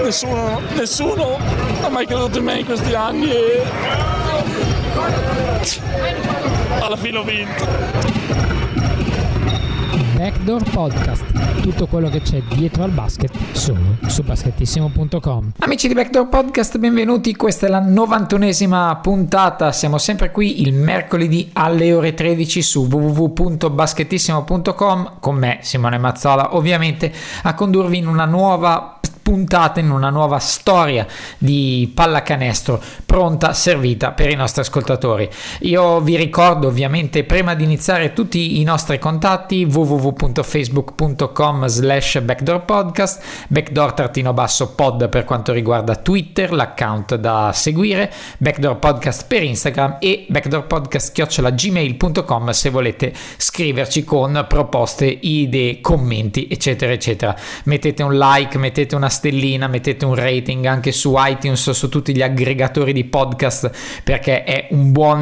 nessuno ha mai creduto in me in questi anni e alla fine ho vinto. Backdoor Podcast, tutto quello che c'è dietro al basket solo su basketissimo.com. Amici di Backdoor Podcast, benvenuti, questa è la 91esima puntata, siamo sempre qui il mercoledì alle ore 13 su www.basketissimo.com con me Simone Mazzola, ovviamente a condurvi in una nuova puntata, in una nuova storia di pallacanestro pronta, servita per i nostri ascoltatori. Io vi ricordo ovviamente prima di iniziare tutti i nostri contatti: www.facebook.com/backdoorpodcast, backdoor_pod per quanto riguarda Twitter, l'account da seguire, Backdoor Podcast per Instagram e backdoorpodcast@gmail.com se volete scriverci con proposte, idee, commenti eccetera eccetera. Mettete un like, mettete una stellina, mettete un rating anche su iTunes o su tutti gli aggregatori di podcast, perché è un buon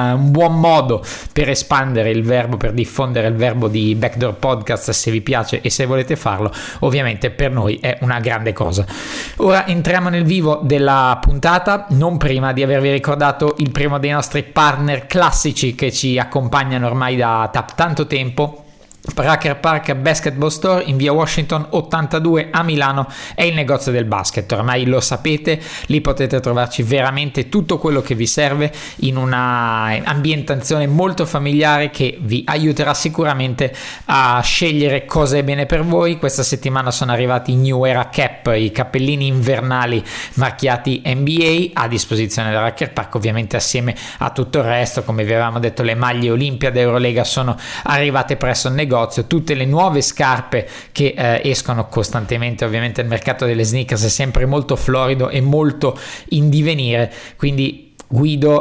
modo per espandere il verbo, per diffondere il verbo di Backdoor Podcast. Se vi piace e se volete farlo, ovviamente per noi è una grande cosa. Ora entriamo nel vivo della puntata, non prima di avervi ricordato il primo dei nostri partner classici che ci accompagnano ormai da tanto tempo. Rucker Park Basketball Store in via Washington 82 a Milano è il negozio del basket, ormai lo sapete, lì potete trovarci veramente tutto quello che vi serve in una ambientazione molto familiare che vi aiuterà sicuramente a scegliere cosa è bene per voi. Questa settimana sono arrivati i New Era Cap, i cappellini invernali marchiati NBA a disposizione da Rucker Park, ovviamente assieme a tutto il resto. Come vi avevamo detto, le maglie Olimpiade Eurolega sono arrivate presso il negozio, tutte le nuove scarpe che escono costantemente. Ovviamente il mercato delle sneakers è sempre molto florido e molto in divenire, quindi Guido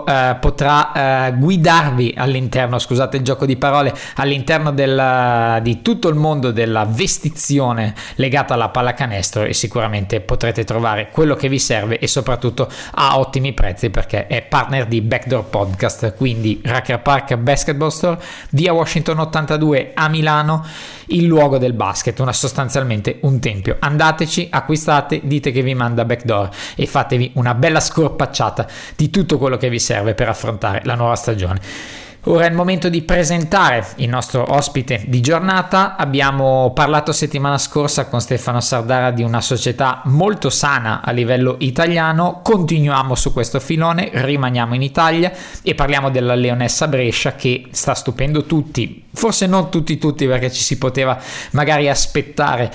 potrà guidarvi all'interno, scusate il gioco di parole, all'interno di tutto il mondo della vestizione legata alla pallacanestro, e sicuramente potrete trovare quello che vi serve e soprattutto a ottimi prezzi, perché è partner di Backdoor Podcast. Quindi Rucker Park Basketball Store, via Washington 82 a Milano, il luogo del basket, sostanzialmente un tempio. Andateci, acquistate, dite che vi manda Backdoor e fatevi una bella scorpacciata di tutto quello che vi serve per affrontare la nuova stagione. Ora è il momento di presentare il nostro ospite di giornata. Abbiamo parlato settimana scorsa con Stefano Sardara di una società molto sana a livello italiano, continuiamo su questo filone, rimaniamo in Italia e parliamo della Leonessa Brescia, che sta stupendo tutti, forse non tutti perché ci si poteva magari aspettare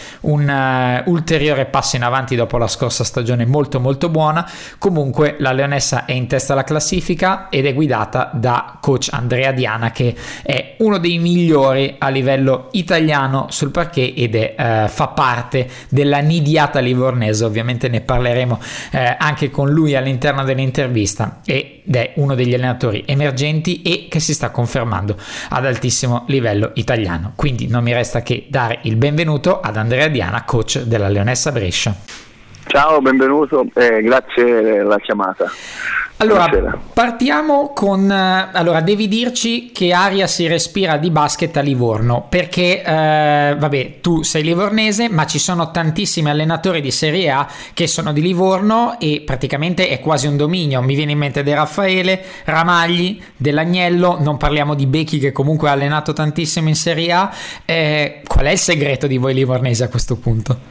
un ulteriore passo in avanti dopo la scorsa stagione molto molto buona. Comunque la Leonessa è in testa alla classifica ed è guidata da coach Andrea Diana, che è uno dei migliori a livello italiano sul parquet ed fa parte della nidiata livornese. Ovviamente ne parleremo anche con lui all'interno dell'intervista, ed è uno degli allenatori emergenti e che si sta confermando ad altissimo livello italiano. Quindi non mi resta che dare il benvenuto ad Andrea Diana, coach della Leonessa Brescia. Ciao, benvenuto, grazie della chiamata. Allora, buonasera. Partiamo con... allora, devi dirci che aria si respira di basket a Livorno, perché, vabbè, tu sei livornese, ma ci sono tantissimi allenatori di Serie A che sono di Livorno e praticamente è quasi un dominio. Mi viene in mente De Raffaele, Ramagli, Dell'Agnello, non parliamo di Becchi che comunque ha allenato tantissimo in Serie A. Qual è il segreto di voi livornesi a questo punto?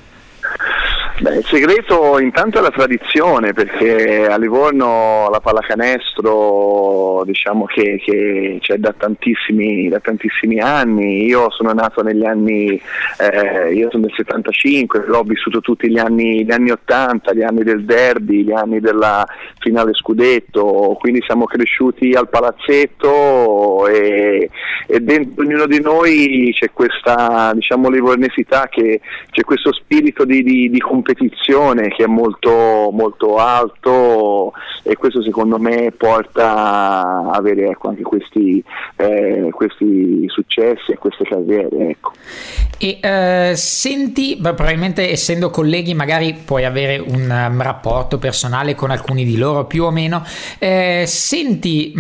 Beh, il segreto intanto è la tradizione, perché a Livorno la pallacanestro diciamo che c'è da tantissimi anni. Io sono nato negli anni, io sono del 75, l'ho vissuto tutti gli anni 80, gli anni del derby, gli anni della finale scudetto, quindi siamo cresciuti al palazzetto e dentro ognuno di noi c'è questa, diciamo, livornesità, c'è questo spirito di competizione che è molto molto alto, e questo secondo me porta a avere, ecco, anche questi successi e queste carriere, ecco. E senti, probabilmente essendo colleghi magari puoi avere un rapporto personale con alcuni di loro più o meno, sentite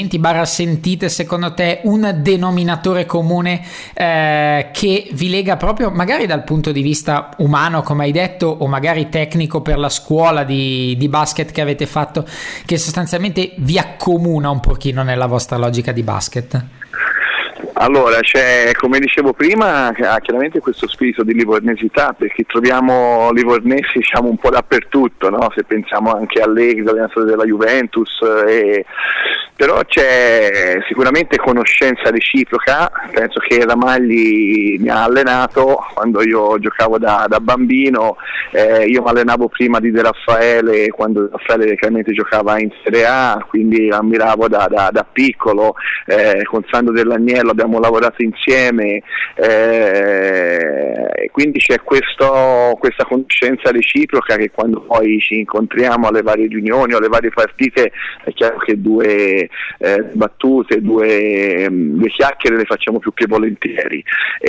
secondo te un denominatore comune che vi lega proprio magari dal punto di vista umano, come hai detto, o magari tecnico per la scuola di basket che avete fatto, che sostanzialmente vi accomuna un pochino nella vostra logica di basket? Allora, c'è, come dicevo prima, chiaramente questo spirito di livornesità, perché troviamo livornesi un po' dappertutto, no? Se pensiamo anche a Allegri, allenatore della Juventus, però c'è sicuramente conoscenza reciproca. Penso che Ramagli mi ha allenato quando io giocavo da bambino, io mi allenavo prima di De Raffaele, quando De Raffaele chiaramente giocava in Serie A, quindi ammiravo da piccolo. Con Sandro Dell'Agnello abbiamo lavorato insieme, quindi c'è questa conoscenza reciproca che quando poi ci incontriamo alle varie riunioni o alle varie partite è chiaro che due battute, due chiacchiere le facciamo più che volentieri,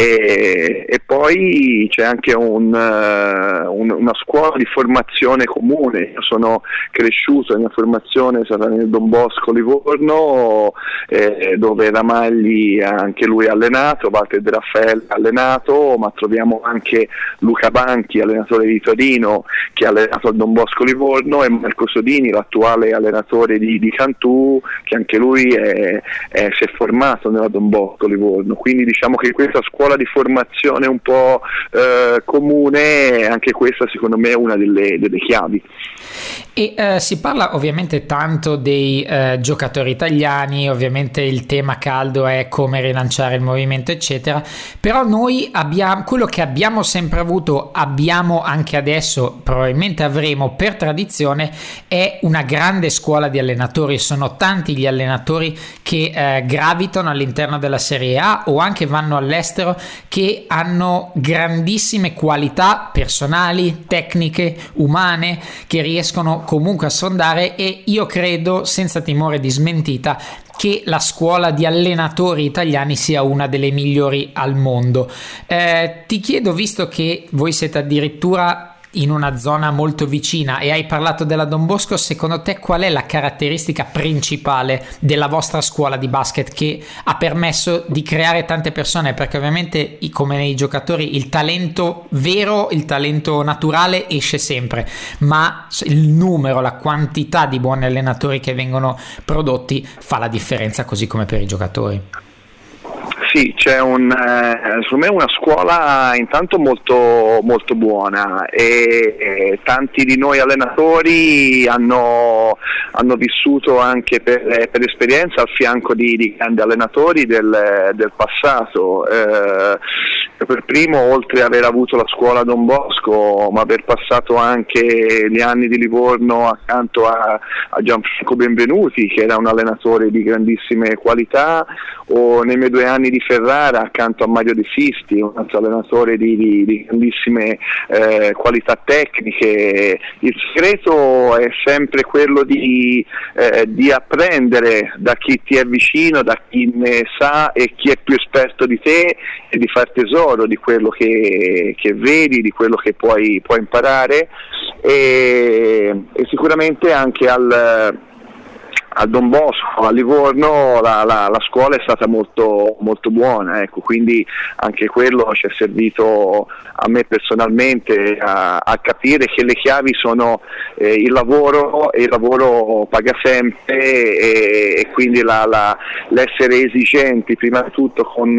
e poi c'è anche una scuola di formazione comune. Io sono cresciuto, la mia formazione è stata nel Don Bosco Livorno, dove Ramagli anche lui ha allenato, Walter De Raffaele ha allenato, ma troviamo anche Luca Banchi, allenatore di Torino, che ha allenato al Don Bosco Livorno, e Marco Sodini, l'attuale allenatore di Cantù, che anche lui si è formato nella Don Bosco Livorno. Quindi diciamo che questa scuola di formazione un po' comune, anche questa secondo me è una delle chiavi. E si parla ovviamente tanto dei giocatori italiani, ovviamente il tema caldo è come rilanciare il movimento eccetera, però noi abbiamo quello che abbiamo sempre avuto, abbiamo anche adesso, probabilmente avremo per tradizione, è una grande scuola di allenatori. Sono tanti gli allenatori che gravitano all'interno della Serie A o anche vanno all'estero, che hanno grandissime qualità personali, tecniche, umane, che riescono comunque a sfondare, e io credo, senza timore di smentita, che la scuola di allenatori italiani sia una delle migliori al mondo. Ti chiedo, visto che voi siete addirittura in una zona molto vicina e hai parlato della Don Bosco, secondo te qual è la caratteristica principale della vostra scuola di basket che ha permesso di creare tante persone? Perché ovviamente, come nei giocatori, il talento vero, il talento naturale esce sempre, ma il numero, la quantità di buoni allenatori che vengono prodotti fa la differenza, così come per i giocatori. Sì, c'è secondo me una scuola intanto molto, molto buona, e tanti di noi allenatori hanno vissuto anche per esperienza al fianco di grandi allenatori del passato. Per primo, oltre ad aver avuto la scuola Don Bosco, ma aver passato anche gli anni di Livorno accanto a Gianfranco Benvenuti, che era un allenatore di grandissime qualità, o nei miei 2 anni di Ferrara accanto a Mario De Sisti, un altro allenatore di grandissime qualità tecniche. Il segreto è sempre quello di apprendere da chi ti è vicino, da chi ne sa e chi è più esperto di te, e di far tesoro di quello che vedi, di quello che puoi imparare, e sicuramente anche al Don Bosco, a Livorno, la scuola è stata molto, molto buona, ecco, quindi anche quello ci è servito a me personalmente a capire che le chiavi sono il lavoro, e il lavoro paga sempre, e quindi l'essere esigenti prima di tutto con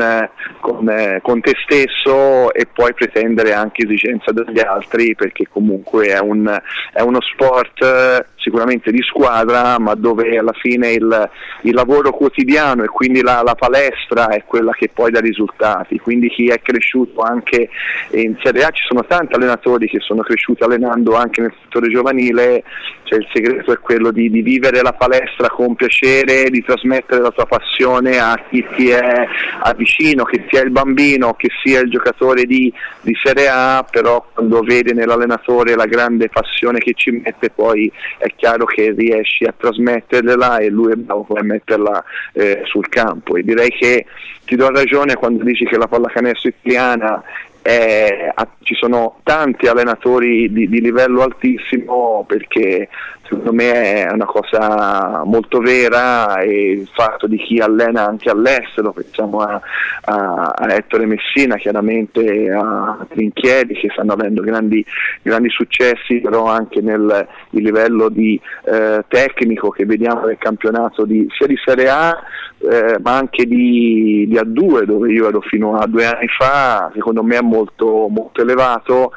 te stesso, e poi pretendere anche esigenza dagli altri, perché comunque è uno sport sicuramente di squadra, ma dove alla fine il lavoro quotidiano e quindi la palestra è quella che poi dà risultati. Quindi chi è cresciuto anche in Serie A, ci sono tanti allenatori che sono cresciuti allenando anche nel settore giovanile, cioè il segreto è quello di vivere la palestra con piacere, di trasmettere la tua passione a chi ti è vicino, che sia il bambino, che sia il giocatore di Serie A, però quando vede nell'allenatore la grande passione che ci mette, poi è chiaro che riesci a trasmetterla, e lui è bravo poi a metterla sul campo. E direi che ti do ragione quando dici che la pallacanestro italiana ci sono tanti allenatori di livello altissimo, perché secondo me è una cosa molto vera, e il fatto di chi allena anche all'estero, pensiamo a Ettore Messina, chiaramente a Trinchieri, che stanno avendo grandi successi, però anche il livello di tecnico che vediamo nel campionato sia di Serie A ma anche di A2, dove io ero fino a 2 anni fa, secondo me è molto, molto elevato,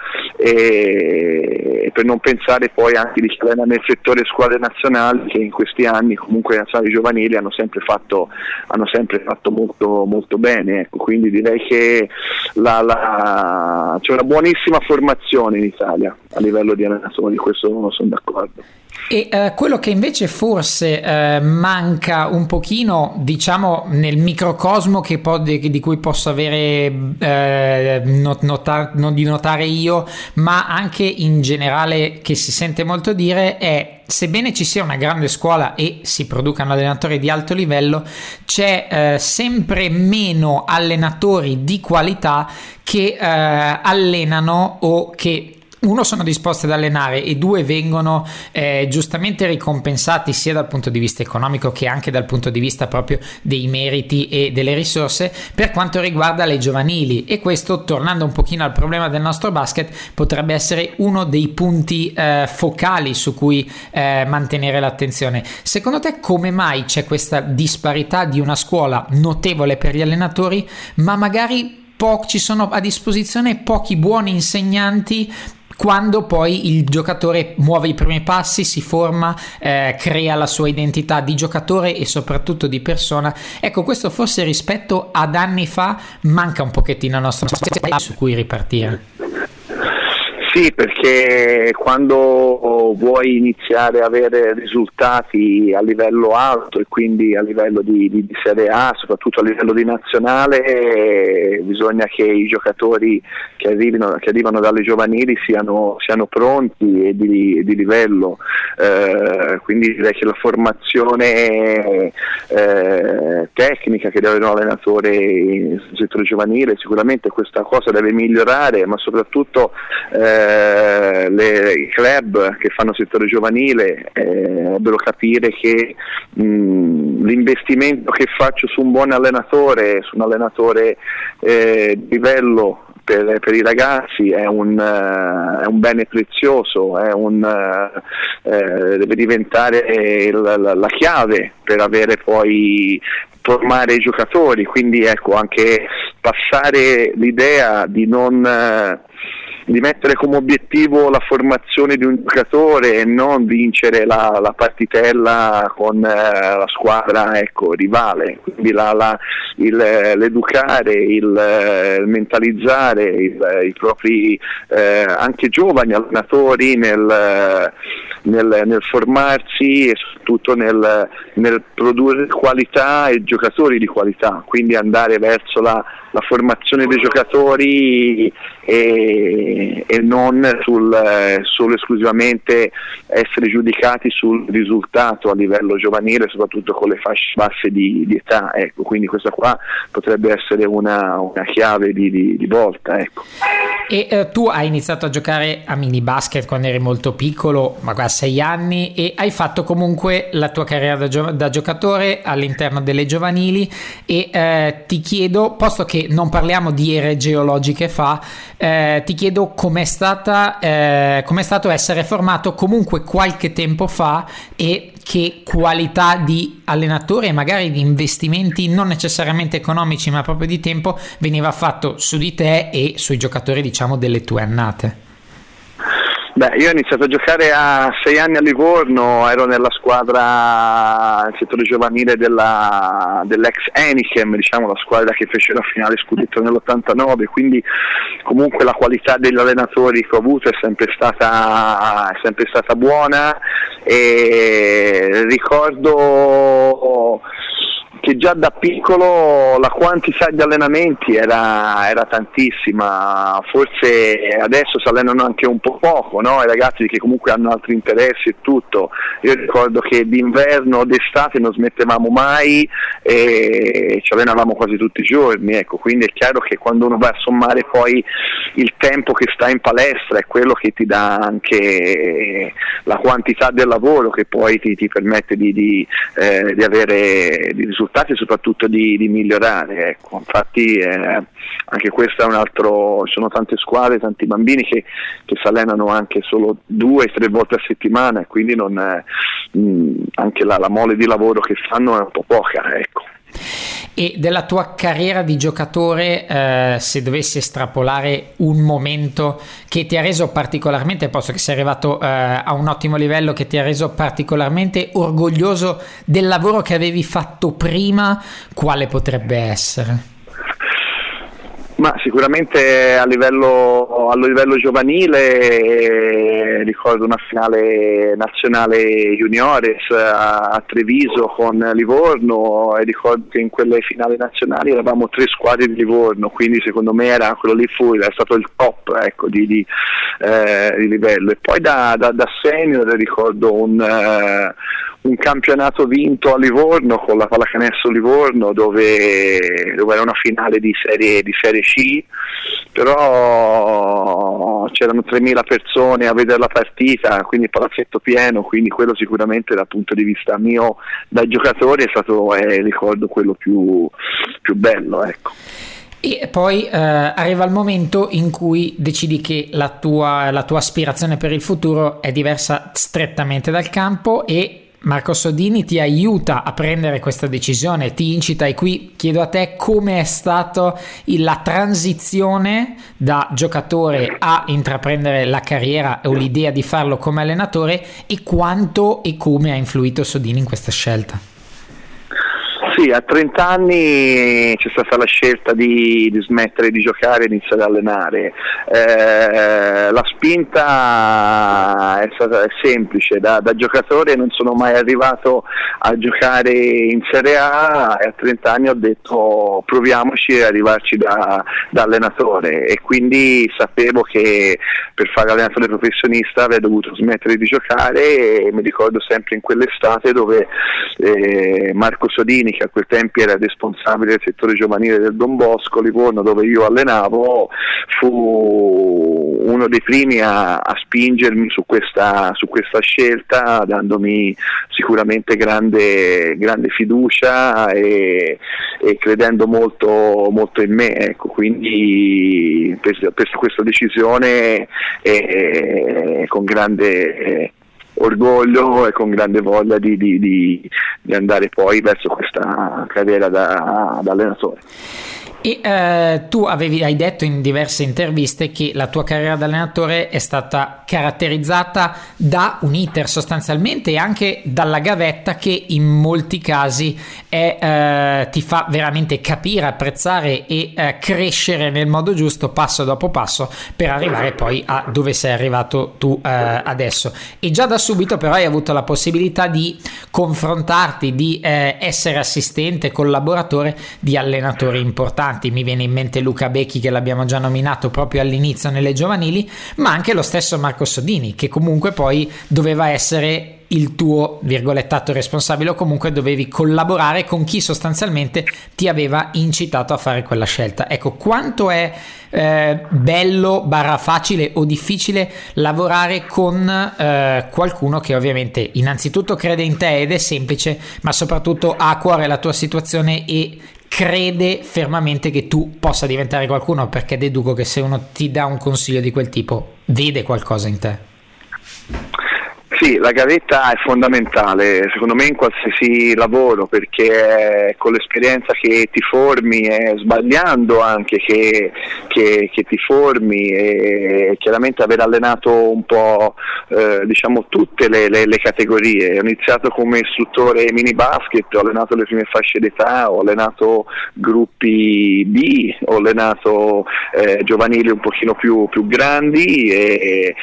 e per non pensare poi anche di chi allena nel settore squadre nazionali, che in questi anni comunque le nazionali giovanili hanno sempre fatto molto, molto bene, ecco. Quindi direi che c'è una buonissima formazione in Italia a livello di allenatori, questo sono d'accordo. E quello che invece forse manca un pochino, diciamo, nel microcosmo di cui posso avere non di notare io, ma anche in generale che si sente molto dire, è: sebbene ci sia una grande scuola e si producano allenatori di alto livello, c'è sempre meno allenatori di qualità che allenano, o che uno sono disposti ad allenare, e due vengono giustamente ricompensati sia dal punto di vista economico che anche dal punto di vista proprio dei meriti e delle risorse per quanto riguarda le giovanili. E questo, tornando un pochino al problema del nostro basket, potrebbe essere uno dei punti focali su cui mantenere l'attenzione. Secondo te come mai c'è questa disparità di una scuola notevole per gli allenatori, ma magari ci sono a disposizione pochi buoni insegnanti, quando poi il giocatore muove i primi passi, si forma, crea la sua identità di giocatore e soprattutto di persona? Ecco, questo forse rispetto ad anni fa manca un pochettino al nostro su cui ripartire. Sì, perché quando vuoi iniziare a avere risultati a livello alto, e quindi a livello di Serie A, soprattutto a livello di nazionale, bisogna che i giocatori che arrivano dalle giovanili siano pronti e di livello, quindi direi che la formazione tecnica che deve avere un allenatore nel settore giovanile, sicuramente questa cosa deve migliorare, ma soprattutto i club che fanno settore giovanile dovrebbero capire che l'investimento che faccio su un buon allenatore, su un allenatore di livello per i ragazzi è un bene prezioso, deve diventare la chiave per avere poi formare i giocatori. Quindi ecco, anche passare l'idea di mettere come obiettivo la formazione di un giocatore e non vincere la partitella con la squadra rivale, quindi l'educare, il mentalizzare i propri anche giovani allenatori nel formarsi e soprattutto nel produrre qualità e giocatori di qualità, quindi andare verso la formazione dei giocatori e non solo esclusivamente essere giudicati sul risultato a livello giovanile, soprattutto con le fasce basse di età, ecco. Quindi questa qua potrebbe essere una chiave di volta, ecco. E tu hai iniziato a giocare a mini basket quando eri molto piccolo, ma a 6 anni, e hai fatto comunque la tua carriera da giocatore all'interno delle giovanili, e ti chiedo, posto che non parliamo di ere geologiche ti chiedo com'è stato essere formato comunque qualche tempo fa, e che qualità di allenatore e magari di investimenti non necessariamente economici ma proprio di tempo veniva fatto su di te e sui giocatori, diciamo, delle tue annate. Beh, io ho iniziato a giocare a 6 anni a Livorno, ero nella squadra nel settore giovanile dell'ex Enichem, diciamo, la squadra che fece la finale scudetto nell'89, quindi comunque la qualità degli allenatori che ho avuto è sempre stata buona, e ricordo che già da piccolo la quantità di allenamenti era tantissima, forse adesso si allenano anche un po' poco, no? I ragazzi che comunque hanno altri interessi e tutto. Io ricordo che d'inverno, d'estate non smettevamo mai e ci allenavamo quasi tutti i giorni, ecco, quindi è chiaro che quando uno va a sommare poi il tempo che sta in palestra è quello che ti dà anche la quantità del lavoro che poi ti permette di avere di risultati e soprattutto di migliorare, ecco. Infatti anche questo è un altro, ci sono tante squadre, tanti bambini che si allenano anche solo 2-3 volte a settimana e quindi anche la mole di lavoro che fanno è un po' poca, ecco. E della tua carriera di giocatore, se dovessi estrapolare un momento che ti ha reso particolarmente, posto che sei arrivato a un ottimo livello, che ti ha reso particolarmente orgoglioso del lavoro che avevi fatto prima, quale potrebbe essere? Ma sicuramente a livello giovanile ricordo una finale nazionale juniores a Treviso con Livorno e ricordo che in quelle finali nazionali eravamo 3 squadre di Livorno, quindi secondo me era stato il top, ecco, di livello. E poi da senior ricordo un campionato vinto a Livorno con la Pallacanestro Livorno dove era una finale di serie C, però c'erano 3.000 persone a vedere la partita, quindi palazzetto pieno, quindi quello sicuramente dal punto di vista mio da giocatore è stato ricordo quello più bello, ecco. E poi arriva il momento in cui decidi che la tua aspirazione per il futuro è diversa strettamente dal campo e Marco Sodini ti aiuta a prendere questa decisione, ti incita, e qui chiedo a te come è stata la transizione da giocatore a intraprendere la carriera o l'idea di farlo come allenatore e quanto e come ha influito Sodini in questa scelta. Sì, a 30 anni c'è stata la scelta di smettere di giocare e iniziare ad allenare. La spinta è semplice, da giocatore non sono mai arrivato a giocare in Serie A e a 30 anni ho detto proviamoci ad arrivarci da allenatore e quindi sapevo che per fare allenatore professionista avrei dovuto smettere di giocare e mi ricordo sempre in quell'estate dove Marco Sodini, che a quel tempo era responsabile del settore giovanile del Don Bosco Livorno dove io allenavo, fu uno dei primi a spingermi su questa scelta, dandomi sicuramente grande con e credendo molto, molto in me, ecco. Quindi per questa decisione con grande orgoglio e con grande voglia di andare poi verso questa carriera da allenatore. E tu hai detto in diverse interviste che la tua carriera da allenatore è stata caratterizzata da un iter sostanzialmente e anche dalla gavetta che in molti casi ti fa veramente capire, apprezzare e crescere nel modo giusto passo dopo passo per arrivare poi a dove sei arrivato tu adesso. E già da subito però hai avuto la possibilità di confrontarti, di essere assistente, collaboratore di allenatori importanti. Mi viene in mente Luca Becchi, che l'abbiamo già nominato proprio all'inizio nelle giovanili, ma anche lo stesso Marco Sodini, che comunque poi doveva essere il tuo virgolettato responsabile, o comunque dovevi collaborare con chi sostanzialmente ti aveva incitato a fare quella scelta. Ecco, quanto è bello / facile o difficile lavorare con qualcuno che ovviamente innanzitutto crede in te ed è semplice, ma soprattutto ha a cuore la tua situazione e crede fermamente che tu possa diventare qualcuno, perché deduco che se uno ti dà un consiglio di quel tipo vede qualcosa in te. Sì, la gavetta è fondamentale secondo me in qualsiasi lavoro, perché con l'esperienza che ti formi e sbagliando anche che ti formi, e chiaramente aver allenato un po' diciamo tutte le categorie. Ho iniziato come istruttore mini basket, ho allenato le prime fasce d'età, ho allenato gruppi B, ho allenato giovanili un pochino più grandi e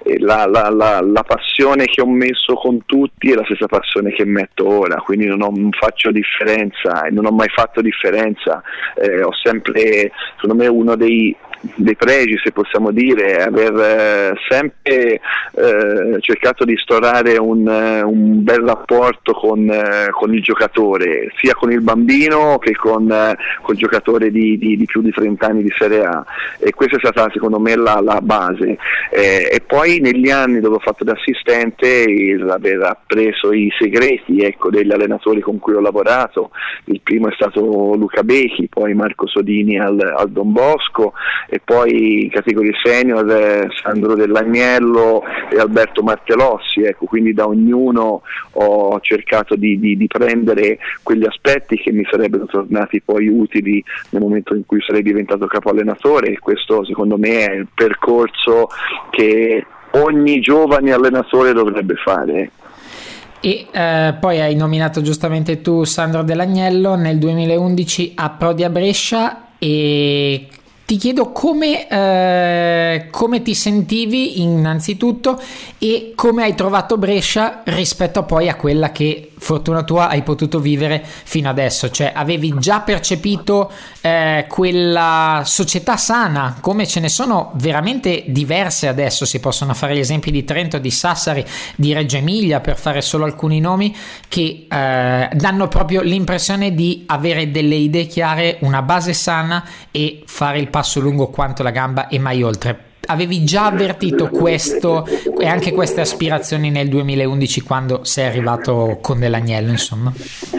la passione che ho messo con tutti è la stessa passione che metto ora, quindi non faccio differenza e non ho mai fatto differenza. Ho sempre, secondo me, uno dei pregi, se possiamo dire, aver sempre cercato di instaurare un bel rapporto con il giocatore, sia con il bambino che col giocatore di più di 30 anni di Serie A, e questa è stata secondo me la base. E poi negli anni dove ho fatto da assistente, aver appreso i segreti, ecco, degli allenatori con cui ho lavorato. Il primo è stato Luca Becchi, poi Marco Sodini al Don Bosco, e poi in categoria senior Sandro Dell'Agnello e Alberto Martellossi, ecco, quindi da ognuno ho cercato di prendere quegli aspetti che mi sarebbero tornati poi utili nel momento in cui sarei diventato capo allenatore, e questo secondo me è il percorso che ogni giovane allenatore dovrebbe fare. E poi hai nominato giustamente tu Sandro Dell'Agnello nel 2011 a Prodi a Brescia, e ti chiedo come ti sentivi innanzitutto e come hai trovato Brescia rispetto poi a quella che, fortuna tua, hai potuto vivere fino adesso. Cioè, avevi già percepito quella società sana, come ce ne sono veramente diverse adesso, si possono fare gli esempi di Trento, di Sassari, di Reggio Emilia, per fare solo alcuni nomi, che danno proprio l'impressione di avere delle idee chiare, una base sana e fare il passo lungo quanto la gamba e mai oltre. Avevi già avvertito questo e anche queste aspirazioni nel 2011 quando sei arrivato con Dell'Agnello, insomma?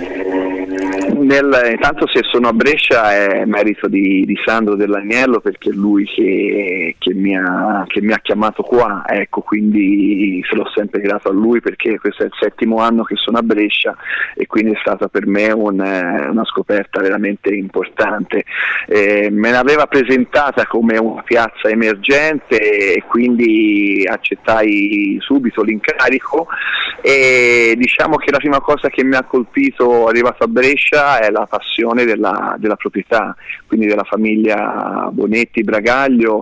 Intanto, se sono a Brescia è merito di Sandro Dell'Agnello, perché è lui che mi ha chiamato qua, ecco, quindi se l'ho sempre grato a lui, perché questo è il 7° anno che sono a Brescia e quindi è stata per me una scoperta veramente importante. Me l'aveva presentata come una piazza emergente e quindi accettai subito l'incarico, e diciamo che la prima cosa che mi ha colpito arrivato a Brescia è la passione della proprietà, quindi della famiglia Bonetti Bragaglio,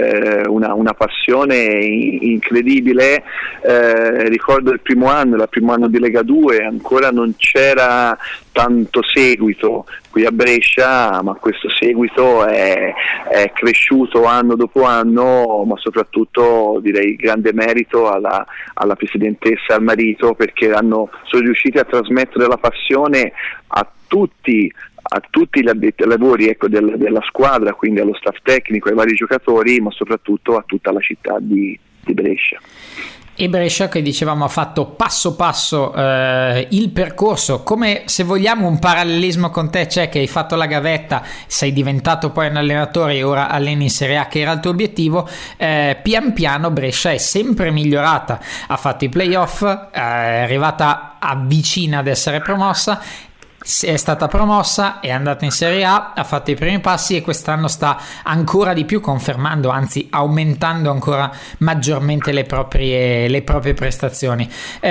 una passione incredibile. Ricordo il primo anno di Lega 2, ancora non c'era tanto seguito qui a Brescia, ma questo seguito è cresciuto anno dopo anno, ma soprattutto direi grande merito alla presidentessa e al marito, perché sono riusciti a trasmettere la passione a tutti gli addetti ai lavori, ecco, della squadra, quindi allo staff tecnico, ai vari giocatori, ma soprattutto a tutta la città di Brescia. E Brescia, che dicevamo, ha fatto passo passo il percorso, come, se vogliamo, un parallelismo con te c'è, che hai fatto la gavetta, sei diventato poi un allenatore e ora alleni in Serie A, che era il tuo obiettivo. Pian piano Brescia è sempre migliorata, ha fatto i playoff, è arrivata vicina ad essere promossa, è stata promossa, è andata in Serie A, ha fatto i primi passi e quest'anno sta ancora di più confermando, anzi aumentando ancora maggiormente le proprie prestazioni.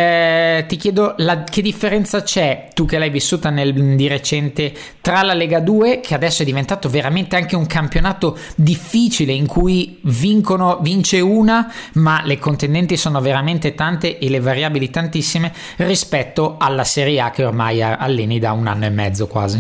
Ti chiedo che differenza c'è, tu che l'hai vissuta di recente, tra la Lega 2, che adesso è diventato veramente anche un campionato difficile in cui vince una, ma le contendenti sono veramente tante e le variabili tantissime, rispetto alla Serie A che ormai alleni da 1 anno e mezzo quasi.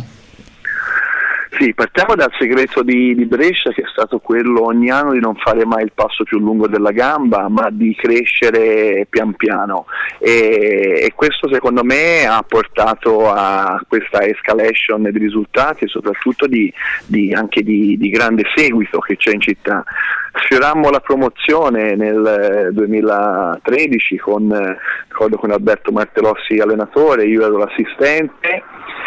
Sì, partiamo dal segreto di Brescia, che è stato quello ogni anno di non fare mai il passo più lungo della gamba, ma di crescere pian piano, e questo secondo me ha portato a questa escalation di risultati e soprattutto anche di grande seguito che c'è in città. Sfiorammo la promozione nel 2013 con Alberto Martellossi allenatore, io ero l'assistente,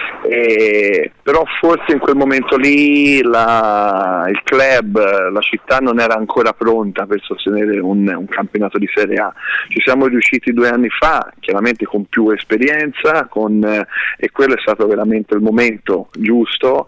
però forse in quel momento lì il club, la città non era ancora pronta per sostenere un campionato di Serie A. Ci siamo riusciti 2 anni fa, chiaramente con più esperienza, e quello è stato veramente il momento giusto,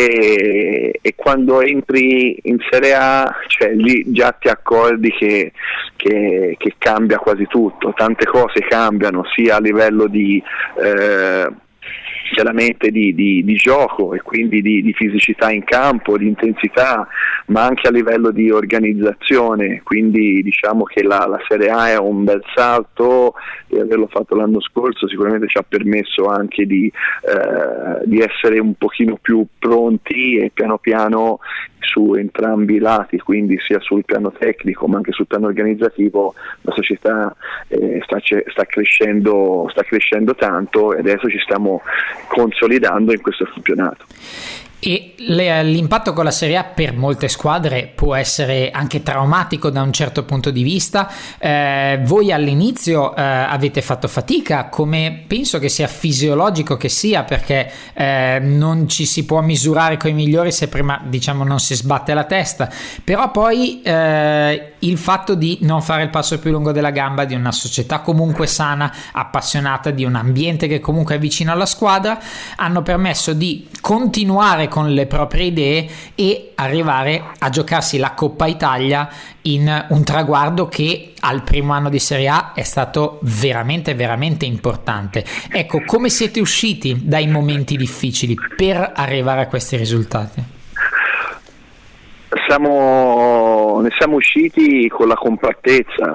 e quando entri in Serie A, cioè lì già ti accorgi che cambia quasi tutto, tante cose cambiano, sia a livello chiaramente di gioco e quindi di fisicità in campo, di intensità, ma anche a livello di organizzazione, quindi diciamo che la Serie A è un bel salto e averlo fatto l'anno scorso sicuramente ci ha permesso anche di essere un pochino più pronti e piano piano su entrambi i lati, quindi sia sul piano tecnico ma anche sul piano organizzativo la società sta crescendo tanto e adesso ci stiamo consolidando in questo campionato. E l'impatto con la Serie A per molte squadre può essere anche traumatico da un certo punto di vista. Voi all'inizio avete fatto fatica, come penso che sia fisiologico che sia, perché non ci si può misurare coi migliori se prima diciamo non si sbatte la testa, però poi il fatto di non fare il passo più lungo della gamba, di una società comunque sana, appassionata, di un ambiente che comunque è vicino alla squadra, hanno permesso di continuare con le proprie idee e arrivare a giocarsi la Coppa Italia in un traguardo che al primo anno di Serie A è stato veramente veramente importante. Ecco, come siete usciti dai momenti difficili per arrivare a questi risultati? Ne siamo usciti con la compattezza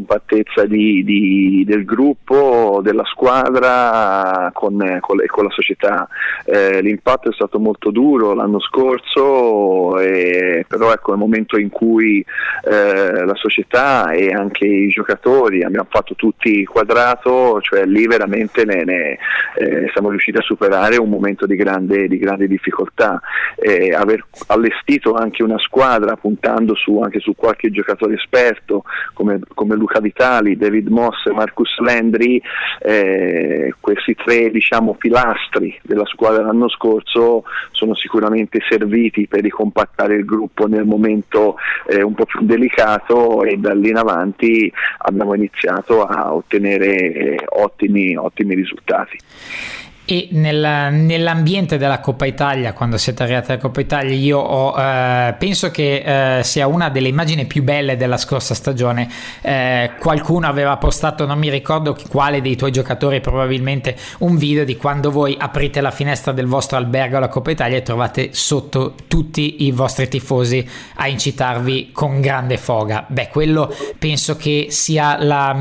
del gruppo, della squadra, con la società. L'impatto è stato molto duro l'anno scorso, però ecco, nel momento in cui la società e anche i giocatori abbiamo fatto tutti quadrato, cioè lì veramente siamo riusciti a superare un momento di grande difficoltà. Aver allestito anche una squadra puntando anche su qualche giocatore esperto come Luca Vitali, David Moss e Marcus Landry, questi tre diciamo pilastri della squadra l'anno scorso sono sicuramente serviti per ricompattare il gruppo nel momento un po' più delicato, e da lì in avanti abbiamo iniziato a ottenere ottimi risultati. E nell'ambiente della Coppa Italia, quando siete arrivati alla Coppa Italia, io penso che sia una delle immagini più belle della scorsa stagione. Qualcuno aveva postato, non mi ricordo quale dei tuoi giocatori, probabilmente un video di quando voi aprite la finestra del vostro albergo alla Coppa Italia e trovate sotto tutti i vostri tifosi a incitarvi con grande foga. Beh, quello penso che sia il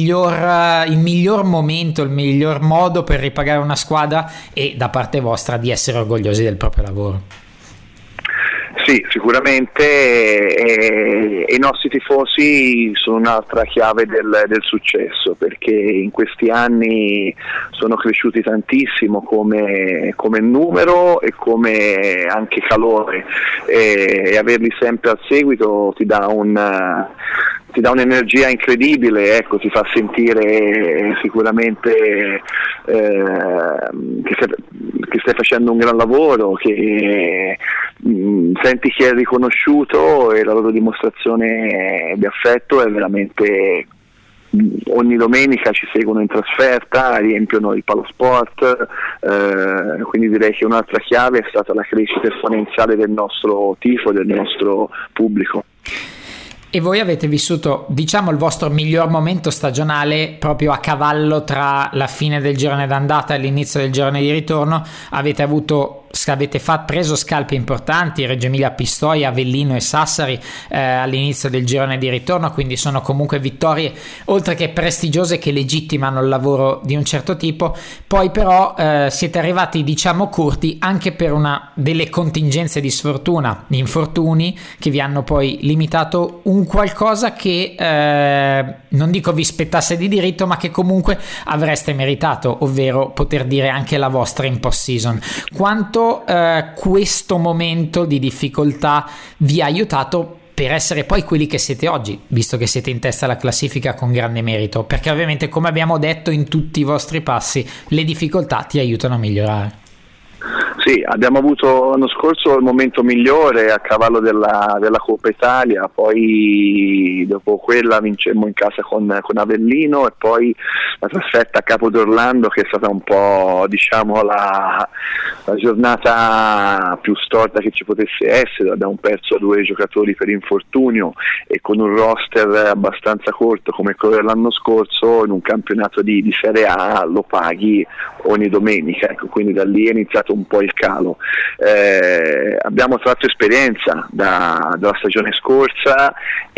miglior momento, il miglior modo per ripagare una squadra e da parte vostra di essere orgogliosi del proprio lavoro. Sì, sicuramente i nostri tifosi sono un'altra chiave del successo, perché in questi anni sono cresciuti tantissimo come numero e come anche calore, e averli sempre al seguito ti dà un'energia incredibile, ecco, ti fa sentire sicuramente che stai facendo un gran lavoro, che senti che è riconosciuto, e la loro dimostrazione di affetto è veramente, ogni domenica ci seguono in trasferta, riempiono il palosport, quindi direi che un'altra chiave è stata la crescita esponenziale del nostro tifo, del nostro pubblico. E voi avete vissuto, diciamo, il vostro miglior momento stagionale proprio a cavallo tra la fine del girone d'andata e l'inizio del girone di ritorno. Avete preso scalpi importanti, Reggio Emilia, Pistoia, Avellino e Sassari all'inizio del girone di ritorno, quindi sono comunque vittorie oltre che prestigiose che legittimano il lavoro di un certo tipo. Poi però siete arrivati, diciamo, corti anche per una delle contingenze di sfortuna, di infortuni che vi hanno poi limitato un qualcosa che non dico vi spettasse di diritto, ma che comunque avreste meritato, ovvero poter dire anche la vostra in post season. Quanto questo momento di difficoltà vi ha aiutato per essere poi quelli che siete oggi, visto che siete in testa alla classifica con grande merito? Perché ovviamente, come abbiamo detto in tutti i vostri passi, le difficoltà ti aiutano a migliorare. Sì, abbiamo avuto l'anno scorso il momento migliore a cavallo della Coppa Italia, poi dopo quella vincemmo in casa con Avellino e poi la trasferta a Capodorlando, che è stata un po', diciamo, la giornata più storta che ci potesse essere. Abbiamo perso 2 giocatori per infortunio e con un roster abbastanza corto come quello dell'anno scorso in un campionato di Serie A lo paghi ogni domenica, ecco, quindi da lì è iniziato un po' il calo. Abbiamo tratto esperienza dalla stagione scorsa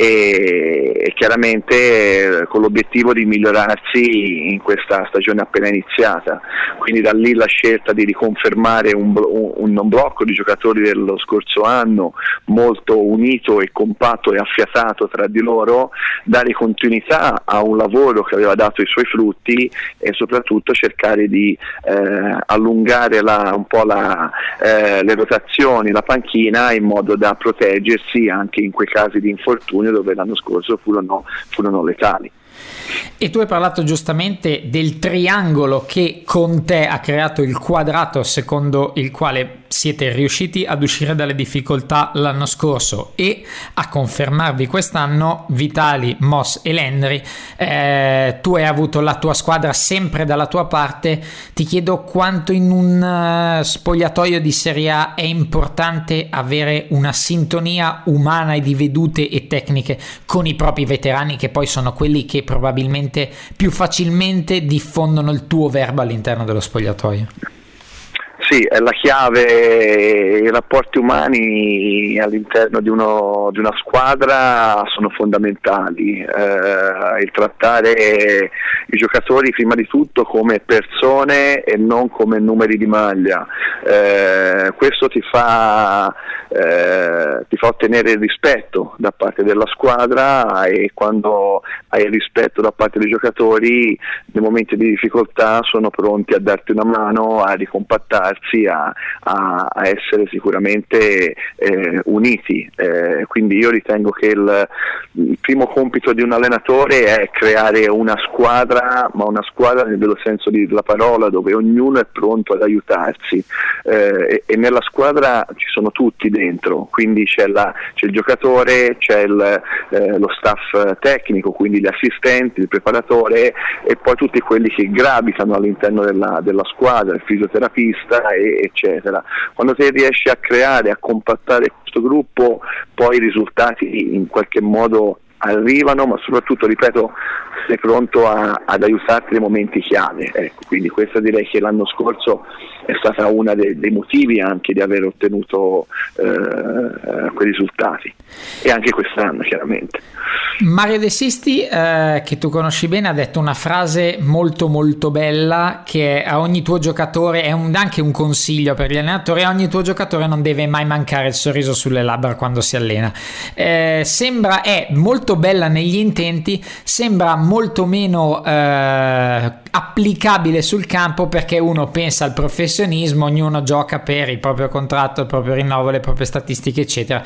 e chiaramente con l'obiettivo di migliorarsi in questa stagione appena iniziata, quindi da lì la scelta di riconfermare un blocco di giocatori dello scorso anno molto unito e compatto e affiatato tra di loro, dare continuità a un lavoro che aveva dato i suoi frutti e soprattutto cercare di allungare un po' le rotazioni, la panchina, in modo da proteggersi anche in quei casi di infortunio dove l'anno scorso furono letali. E tu hai parlato giustamente del triangolo che con te ha creato il quadrato secondo il quale siete riusciti ad uscire dalle difficoltà l'anno scorso e a confermarvi quest'anno, Vitali, Moss e Landry. Tu hai avuto la tua squadra sempre dalla tua parte. Ti chiedo quanto in un spogliatoio di Serie A è importante avere una sintonia umana e di vedute e tecniche con i propri veterani, che poi sono quelli che probabilmente più facilmente diffondono il tuo verbo all'interno dello spogliatoio. Sì, è la chiave. I rapporti umani all'interno di una squadra sono fondamentali, il trattare i giocatori prima di tutto come persone e non come numeri di maglia, questo ti fa ottenere il rispetto da parte della squadra, e quando hai il rispetto da parte dei giocatori nei momenti di difficoltà sono pronti a darti una mano, a ricompattarsi, a essere sicuramente uniti, quindi io ritengo che il primo compito di un allenatore è creare una squadra, ma una squadra nel vero senso della parola, dove ognuno è pronto ad aiutarsi, e nella squadra ci sono tutti dentro, quindi c'è il giocatore, c'è lo staff tecnico, quindi gli assistenti, il preparatore e poi tutti quelli che gravitano all'interno della squadra, il fisioterapista, eccetera. Quando te riesci a creare, a compattare questo gruppo, poi i risultati in qualche modo arrivano, ma soprattutto, ripeto, sei pronto ad aiutarti nei momenti chiave, ecco. Quindi questo direi che l'anno scorso è stata una dei motivi anche di aver ottenuto quei risultati, e anche quest'anno chiaramente. Mario De Sisti, che tu conosci bene, ha detto una frase molto molto bella, che a ogni tuo giocatore è anche un consiglio per gli allenatori: a ogni tuo giocatore non deve mai mancare il sorriso sulle labbra quando si allena. È molto bella negli intenti, sembra molto meno applicabile sul campo, perché uno pensa al professionismo, ognuno gioca per il proprio contratto, il proprio rinnovo, le proprie statistiche eccetera.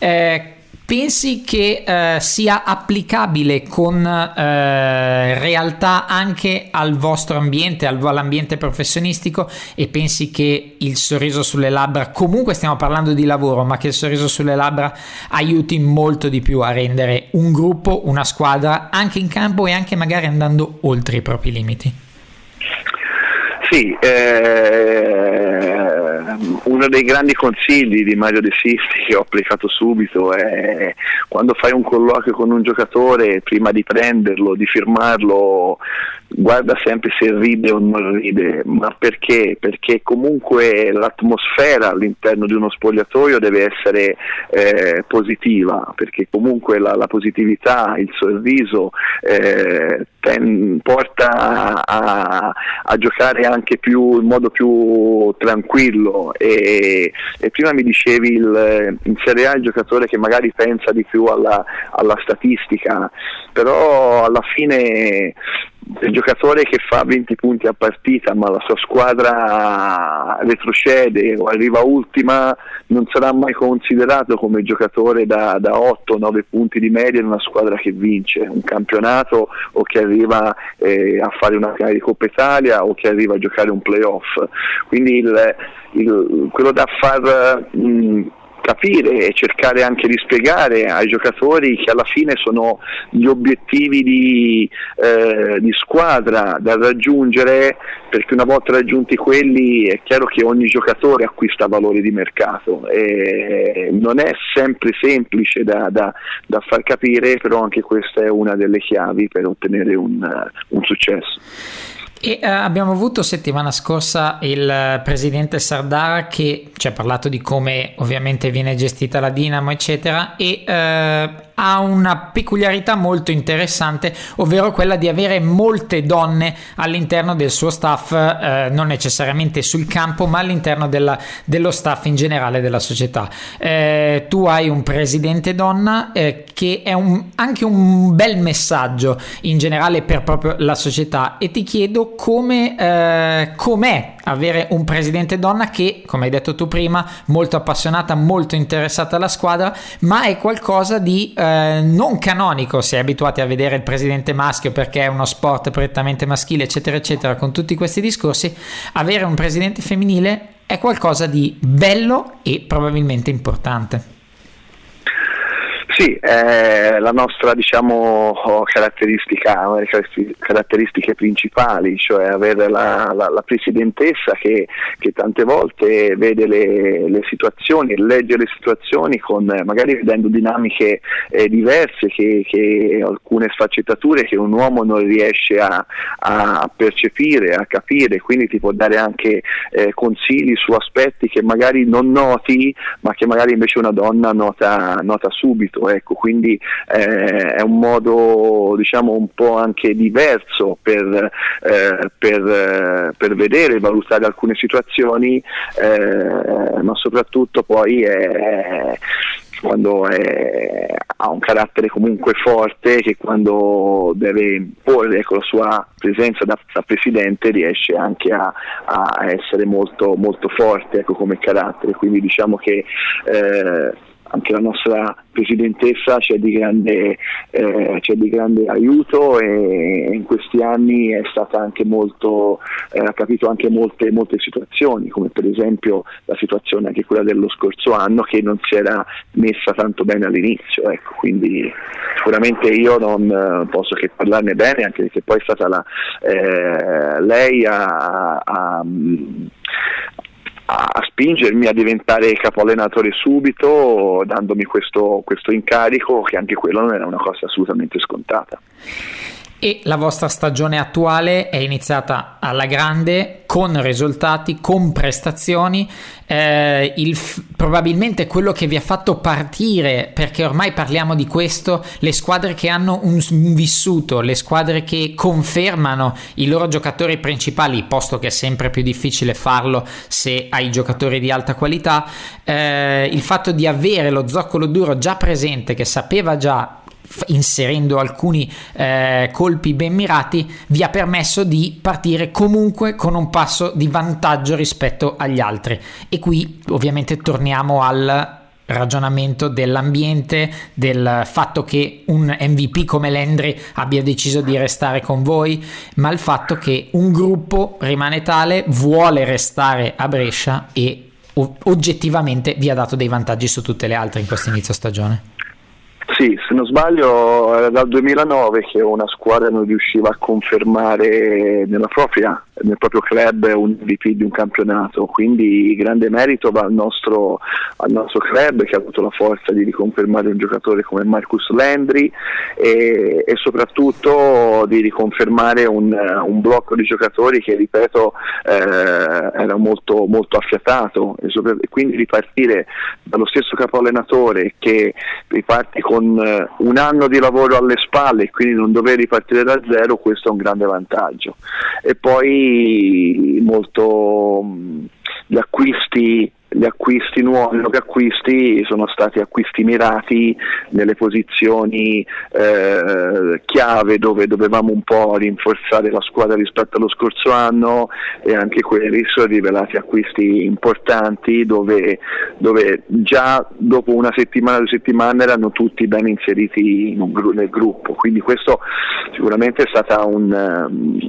Pensi che sia applicabile con realtà anche al vostro ambiente, all'ambiente professionistico, e pensi che il sorriso sulle labbra, comunque stiamo parlando di lavoro, ma che il sorriso sulle labbra aiuti molto di più a rendere un gruppo, una squadra, anche in campo e anche magari andando oltre i propri limiti? Sì, uno dei grandi consigli di Mario De Sisti che ho applicato subito è: quando fai un colloquio con un giocatore, prima di prenderlo, di firmarlo, guarda sempre se ride o non ride. Ma perché? Perché comunque l'atmosfera all'interno di uno spogliatoio deve essere positiva, perché comunque la positività, il sorriso porta a giocare anche in modo più tranquillo, e prima mi dicevi in Serie A il giocatore che magari pensa di più alla statistica, però alla fine il giocatore che fa 20 punti a partita ma la sua squadra retrocede o arriva ultima non sarà mai considerato come giocatore da 8-9 punti di media in una squadra che vince un campionato o che arriva a fare una finale di Coppa Italia o che arriva a giocare un playoff. Quindi quello da far capire e cercare anche di spiegare ai giocatori che alla fine sono gli obiettivi di squadra da raggiungere, perché una volta raggiunti quelli è chiaro che ogni giocatore acquista valore di mercato e non è sempre semplice da far capire, però anche questa è una delle chiavi per ottenere un successo. E abbiamo avuto settimana scorsa il presidente Sardar che ci ha parlato di come ovviamente viene gestita la Dinamo eccetera, e ha una peculiarità molto interessante, ovvero quella di avere molte donne all'interno del suo staff, non necessariamente sul campo ma all'interno dello staff in generale della società. Tu hai un presidente donna che è anche un bel messaggio in generale per proprio la società, e ti chiedo com'è avere un presidente donna che, come hai detto tu prima, molto appassionata, molto interessata alla squadra, ma è qualcosa di non canonico. Si è abituati a vedere il presidente maschio perché è uno sport prettamente maschile eccetera eccetera, con tutti questi discorsi. Avere un presidente femminile è qualcosa di bello e probabilmente importante. Sì, la nostra caratteristica, una delle caratteristiche principali, cioè avere la presidentessa che tante volte vede le situazioni e legge le situazioni magari vedendo dinamiche diverse, che alcune sfaccettature che un uomo non riesce a percepire, a capire, quindi ti può dare anche consigli su aspetti che magari non noti, ma che magari invece una donna nota subito. Ecco, quindi è un modo un po' anche diverso per vedere e valutare alcune situazioni, ma soprattutto poi quando ha un carattere comunque forte, che quando deve imporre la sua presenza da presidente riesce anche a essere molto, molto forte come carattere. Quindi diciamo che anche la nostra presidentessa c'è di grande aiuto, e in questi anni è stata anche molto, ha capito anche molte situazioni, come per esempio la situazione anche quella dello scorso anno, che non si era messa tanto bene all'inizio, ecco. Quindi sicuramente io non posso che parlarne bene, anche perché poi è stata lei a spingermi a diventare capo allenatore subito, dandomi questo incarico, che anche quello non era una cosa assolutamente scontata. E la vostra stagione attuale è iniziata alla grande, con risultati, con prestazioni. Probabilmente quello che vi ha fatto partire, perché ormai parliamo di questo, le squadre che hanno un vissuto, le squadre che confermano i loro giocatori principali, posto che è sempre più difficile farlo se hai giocatori di alta qualità, il fatto di avere lo zoccolo duro già presente, che sapeva già, inserendo alcuni colpi ben mirati, vi ha permesso di partire comunque con un passo di vantaggio rispetto agli altri. E qui ovviamente torniamo al ragionamento dell'ambiente, del fatto che un MVP come Landry abbia deciso di restare con voi, ma il fatto che un gruppo rimane tale, vuole restare a Brescia e oggettivamente vi ha dato dei vantaggi su tutte le altre in questo inizio stagione. Sì, se non sbaglio era dal 2009 che una squadra non riusciva a confermare nel proprio club un MVP di un campionato, quindi grande merito va al nostro club, che ha avuto la forza di riconfermare un giocatore come Marcus Landry e soprattutto di riconfermare un blocco di giocatori che, ripeto, era molto, molto affiatato, e quindi ripartire dallo stesso capo allenatore che riparte con un anno di lavoro alle spalle e quindi non dover ripartire da zero, questo è un grande vantaggio. E poi molto gli acquisti nuovi, gli acquisti sono stati acquisti mirati nelle posizioni chiave dove dovevamo un po' rinforzare la squadra rispetto allo scorso anno, e anche quelli sono rivelati acquisti importanti dove già dopo una settimana, 2 settimane erano tutti ben inseriti nel gruppo, quindi questo sicuramente è stata una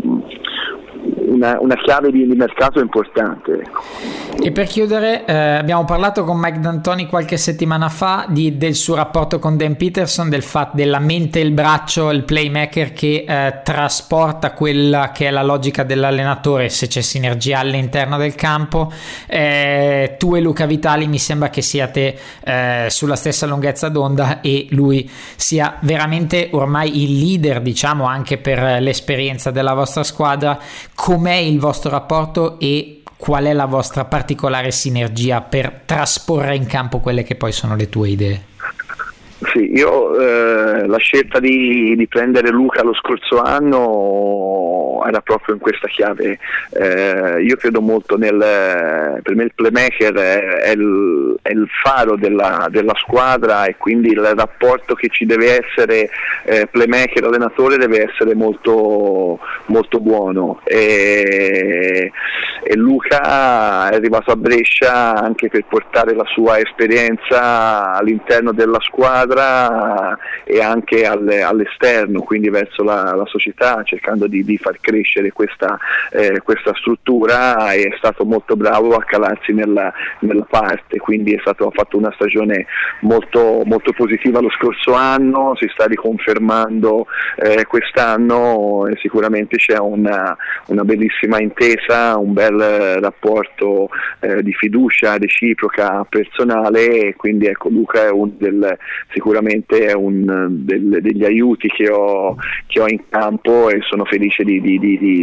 chiave di mercato importante. E per chiudere, abbiamo parlato con Mike D'Antoni qualche settimana fa del suo rapporto con Dan Peterson, della mente e il braccio, il playmaker che trasporta quella che è la logica dell'allenatore se c'è sinergia all'interno del campo. Tu e Luca Vitali mi sembra che siate sulla stessa lunghezza d'onda, e lui sia veramente ormai il leader, diciamo, anche per l'esperienza della vostra squadra. Com'è il vostro rapporto e qual è la vostra particolare sinergia per trasporre in campo quelle che poi sono le tue idee? Sì, io la scelta di prendere Luca lo scorso anno era proprio in questa chiave. Io credo molto per me il playmaker è il faro della squadra, e quindi il rapporto che ci deve essere playmaker allenatore deve essere molto, molto buono, e Luca è arrivato a Brescia anche per portare la sua esperienza all'interno della squadra e anche all'esterno, quindi verso la società, cercando di far crescere questa struttura, e è stato molto bravo a calarsi nella parte, quindi ha fatto una stagione molto, molto positiva lo scorso anno, si sta riconfermando quest'anno, e sicuramente c'è una bellissima intesa, un bel rapporto di fiducia reciproca personale, e quindi ecco, Luca è sicuramente è degli aiuti che ho in campo, e sono felice di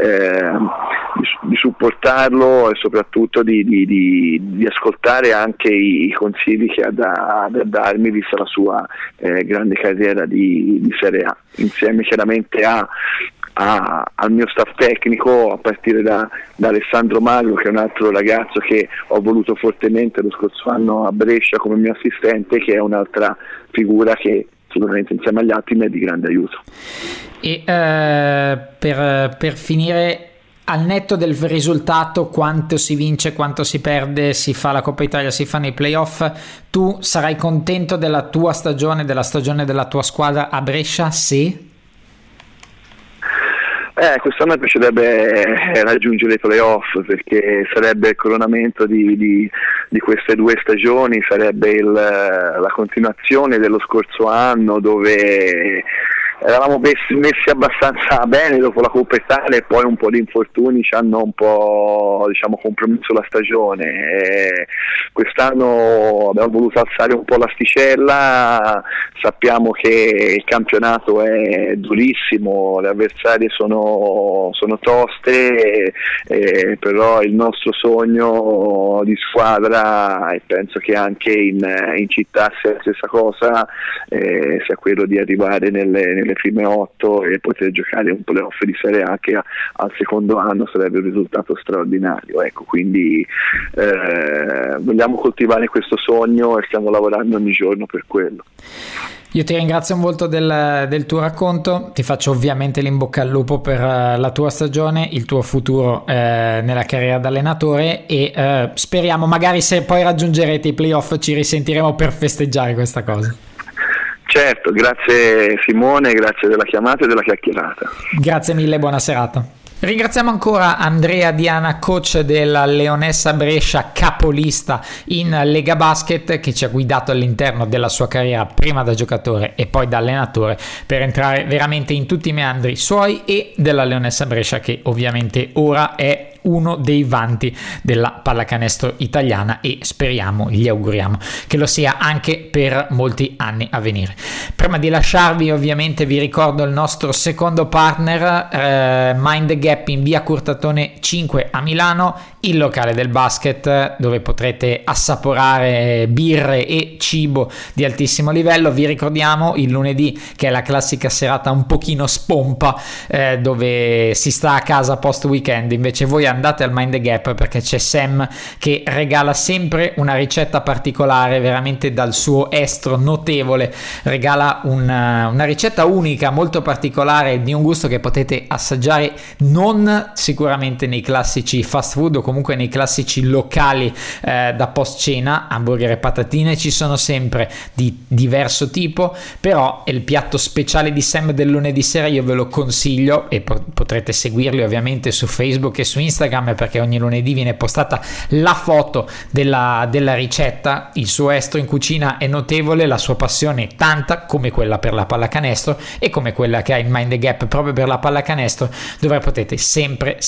supportarlo, e soprattutto di ascoltare anche i consigli che ha da darmi, vista la sua grande carriera di Serie A, insieme chiaramente al mio staff tecnico, a partire da Alessandro Magro, che è un altro ragazzo che ho voluto fortemente lo scorso anno a Brescia come mio assistente, che è un'altra figura che sicuramente insieme agli altri mi è di grande aiuto. E per finire, al netto del risultato, quanto si vince, quanto si perde, si fa la Coppa Italia, si fanno i playoff, tu sarai contento della tua stagione, della stagione della tua squadra a Brescia? Sì? Quest'anno mi piacerebbe raggiungere i playoff, perché sarebbe il coronamento di queste 2 stagioni, sarebbe la continuazione dello scorso anno, dove eravamo messi abbastanza bene dopo la Coppa Italia, e poi un po' di infortuni ci hanno un po', diciamo, compromesso la stagione. Quest'anno abbiamo voluto alzare un po' l'asticella, sappiamo che il campionato è durissimo, le avversarie sono toste, però il nostro sogno di squadra, e penso che anche in città sia la stessa cosa, sia quello di arrivare nelle prime 8 e poter giocare un playoff di Serie A, che al secondo anno sarebbe un risultato straordinario. Ecco, quindi vogliamo coltivare questo sogno, e stiamo lavorando ogni giorno per quello. Io ti ringrazio molto del tuo racconto, ti faccio ovviamente l'in bocca al lupo per la tua stagione, il tuo futuro nella carriera da allenatore, e speriamo, magari se poi raggiungerete i playoff, ci risentiremo per festeggiare questa cosa. Certo, grazie Simone, grazie della chiamata e della chiacchierata. Grazie mille, buona serata. Ringraziamo ancora Andrea Diana, coach della Leonessa Brescia, capolista in Lega Basket, che ci ha guidato all'interno della sua carriera, prima da giocatore e poi da allenatore, per entrare veramente in tutti i meandri suoi e della Leonessa Brescia, che ovviamente ora è uno dei vanti della pallacanestro italiana, e speriamo, gli auguriamo che lo sia anche per molti anni a venire. Prima di lasciarvi, ovviamente vi ricordo il nostro secondo partner, Mind the Gap, in via Curtatone 5 a Milano, il locale del basket dove potrete assaporare birre e cibo di altissimo livello. Vi ricordiamo il lunedì, che è la classica serata un pochino spompa, dove si sta a casa post weekend, invece voi andate al Mind the Gap, perché c'è Sam che regala sempre una ricetta particolare, veramente dal suo estro notevole, regala una ricetta unica, molto particolare, di un gusto che potete assaggiare non sicuramente nei classici fast food o comunque nei classici locali da post cena. Hamburger e patatine ci sono sempre, di diverso tipo, però il piatto speciale di Sam del lunedì sera io ve lo consiglio, e potrete seguirli ovviamente su Facebook e su Instagram, perché ogni lunedì viene postata la foto della ricetta. Il suo estro in cucina è notevole, la sua passione è tanta, come quella per la pallacanestro e come quella che ha in Mind the Gap proprio per la pallacanestro, dove potete sempre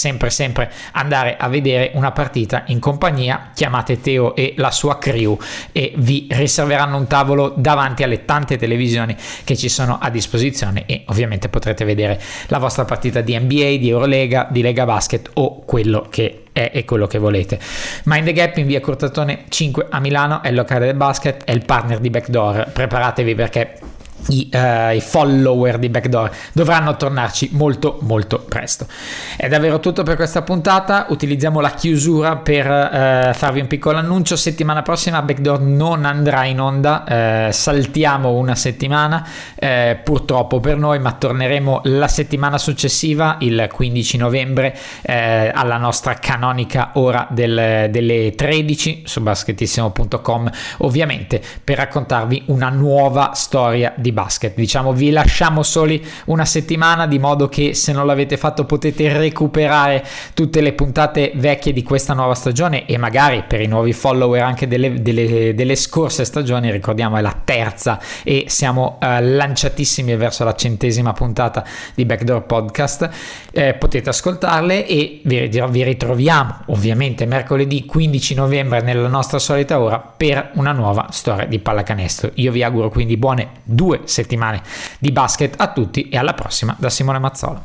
andare a vedere una partita in compagnia. Chiamate Teo e la sua crew e vi riserveranno un tavolo davanti alle tante televisioni che ci sono a disposizione, e ovviamente potrete vedere la vostra partita di NBA, di Eurolega, di Lega Basket o quello che è e quello che volete. Mind the Gap in via Cortatone 5 a Milano, è il locale del basket, è il partner di Backdoor. Preparatevi, perché i follower di Backdoor dovranno tornarci molto presto. È davvero tutto per questa puntata. Utilizziamo la chiusura per farvi un piccolo annuncio. Settimana prossima Backdoor non andrà in onda, saltiamo una settimana purtroppo per noi, ma torneremo la settimana successiva, il 15 novembre, alla nostra canonica ora delle 13 su basketissimo.com, ovviamente per raccontarvi una nuova storia di basket. Diciamo, vi lasciamo soli una settimana, di modo che se non l'avete fatto potete recuperare tutte le puntate vecchie di questa nuova stagione, e magari per i nuovi follower anche delle scorse stagioni. Ricordiamo, è la terza e siamo lanciatissimi verso la 100ª puntata di Backdoor Podcast. Potete ascoltarle, e vi ritroviamo ovviamente mercoledì 15 novembre nella nostra solita ora per una nuova storia di pallacanestro. Io vi auguro quindi buone 2 settimane di basket a tutti, e alla prossima da Simone Mazzola.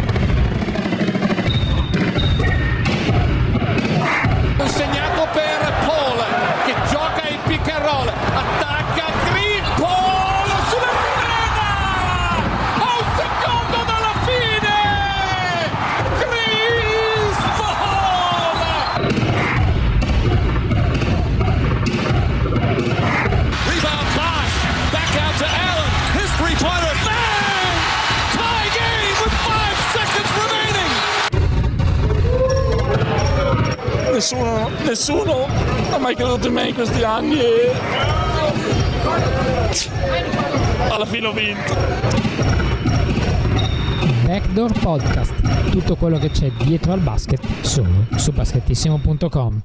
Segnato per Paul, che gioca il pick and roll, attacca Green, Paul sulla strada, a un secondo dalla fine, Chris Paul. Rebound pass, back out to Allen, his three-pointer, bang! Tie game with 5 seconds remaining. Nessuno ha mai creduto in me in questi anni, e alla fine ho vinto. Backdoor Podcast, tutto quello che c'è dietro al basket solo su basketissimo.com.